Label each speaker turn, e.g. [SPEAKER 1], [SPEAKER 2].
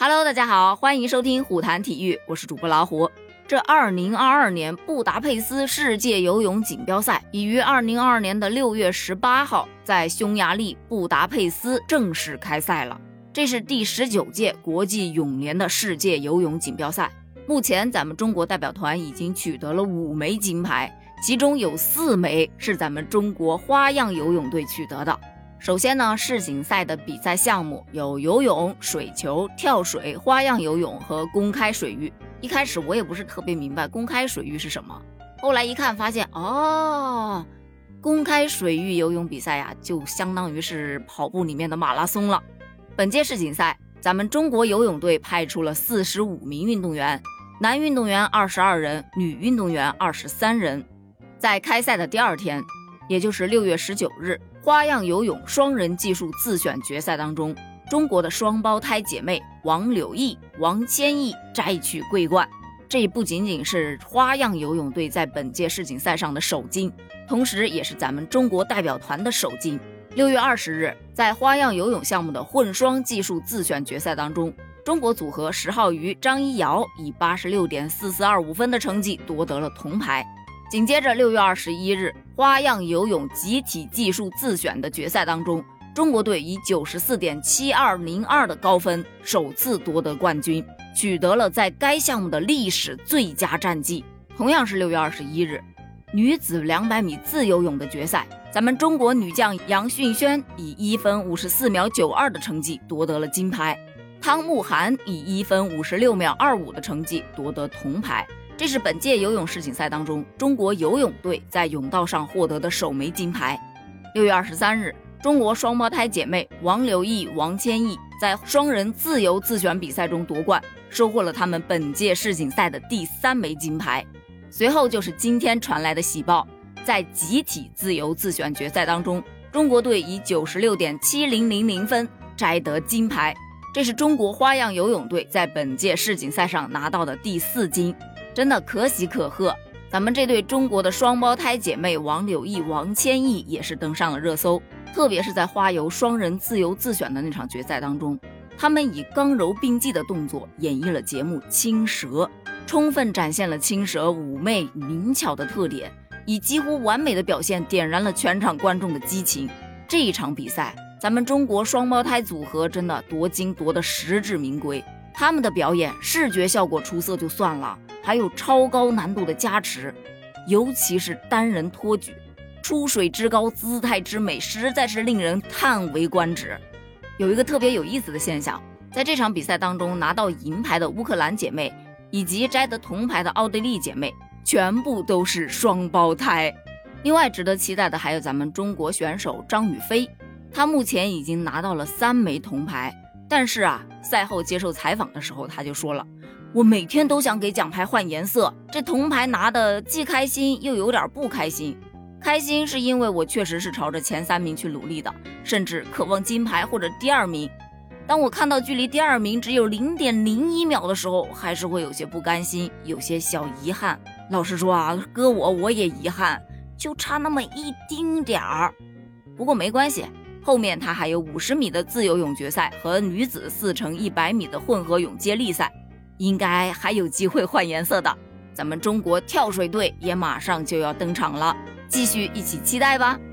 [SPEAKER 1] Hello， 大家好，欢迎收听虎谈体育，我是主播老虎。这2022年布达佩斯世界游泳锦标赛已于2022年的6月18号在匈牙利布达佩斯正式开赛了。这是第19届国际泳联的世界游泳锦标赛。目前咱们中国代表团已经取得了5枚金牌，其中有4枚是咱们中国花样游泳队取得的。首先呢，世锦赛的比赛项目有游泳、水球、跳水、花样游泳和公开水域。一开始我也不是特别明白公开水域是什么，后来一看发现公开水域游泳比赛呀，就相当于是跑步里面的马拉松了。本届世锦赛咱们中国游泳队派出了45名运动员，男运动员22人，女运动员23人。在开赛的第二天，也就是6月19日，花样游泳双人技术自选决赛当中，中国的双胞胎姐妹王柳毅、王千亿摘取桂冠。这不仅仅是花样游泳队在本届世锦赛上的首金，同时也是咱们中国代表团的首金。6月20日，在花样游泳项目的混双技术自选决赛当中，中国组合10号鱼张一瑶以 86.4425 分的成绩夺得了铜牌。紧接着6月21日，花样游泳集体技术自选的决赛当中，中国队以 94.7202 的高分首次夺得冠军，取得了在该项目的历史最佳战绩。同样是6月21日，女子200米自由泳的决赛，咱们中国女将杨训轩以1分54秒92的成绩夺得了金牌，汤慕涵以1分56秒25的成绩夺得铜牌。这是本届游泳世锦赛当中中国游泳队在泳道上获得的首枚金牌。6月23日，中国双胞胎姐妹王柳毅、王千亿在双人自由自选比赛中夺冠，收获了他们本届世锦赛的第3枚金牌。随后就是今天传来的喜报，在集体自由自选决赛当中，中国队以 96.7000 分摘得金牌，这是中国花样游泳队在本届世锦赛上拿到的第4金，真的可喜可贺。咱们这对中国的双胞胎姐妹王柳毅、王千亿也是登上了热搜，特别是在花游双人自由自选的那场决赛当中，他们以刚柔并济的动作演绎了节目青蛇，充分展现了青蛇妩媚灵巧的特点，以几乎完美的表现点燃了全场观众的激情。这一场比赛，咱们中国双胞胎组合真的夺金夺得实至名归，他们的表演视觉效果出色就算了，还有超高难度的加持，尤其是单人托举，出水之高，姿态之美，实在是令人叹为观止。有一个特别有意思的现象，在这场比赛当中拿到银牌的乌克兰姐妹以及摘得铜牌的奥地利姐妹全部都是双胞胎。另外值得期待的还有咱们中国选手张雨霏，她目前已经拿到了3枚铜牌，但是赛后接受采访的时候她就说了，我每天都想给奖牌换颜色，这铜牌拿的既开心又有点不开心。开心是因为我确实是朝着前3名去努力的，甚至渴望金牌或者第2名。当我看到距离第2名只有 0.01 秒的时候，还是会有些不甘心，有些小遗憾。老实说搁我也遗憾，就差那么一丁点儿。不过没关系，后面他还有50米的自由泳决赛和女子4×100米的混合泳接力赛，应该还有机会换颜色的。咱们中国跳水队也马上就要登场了，继续一起期待吧。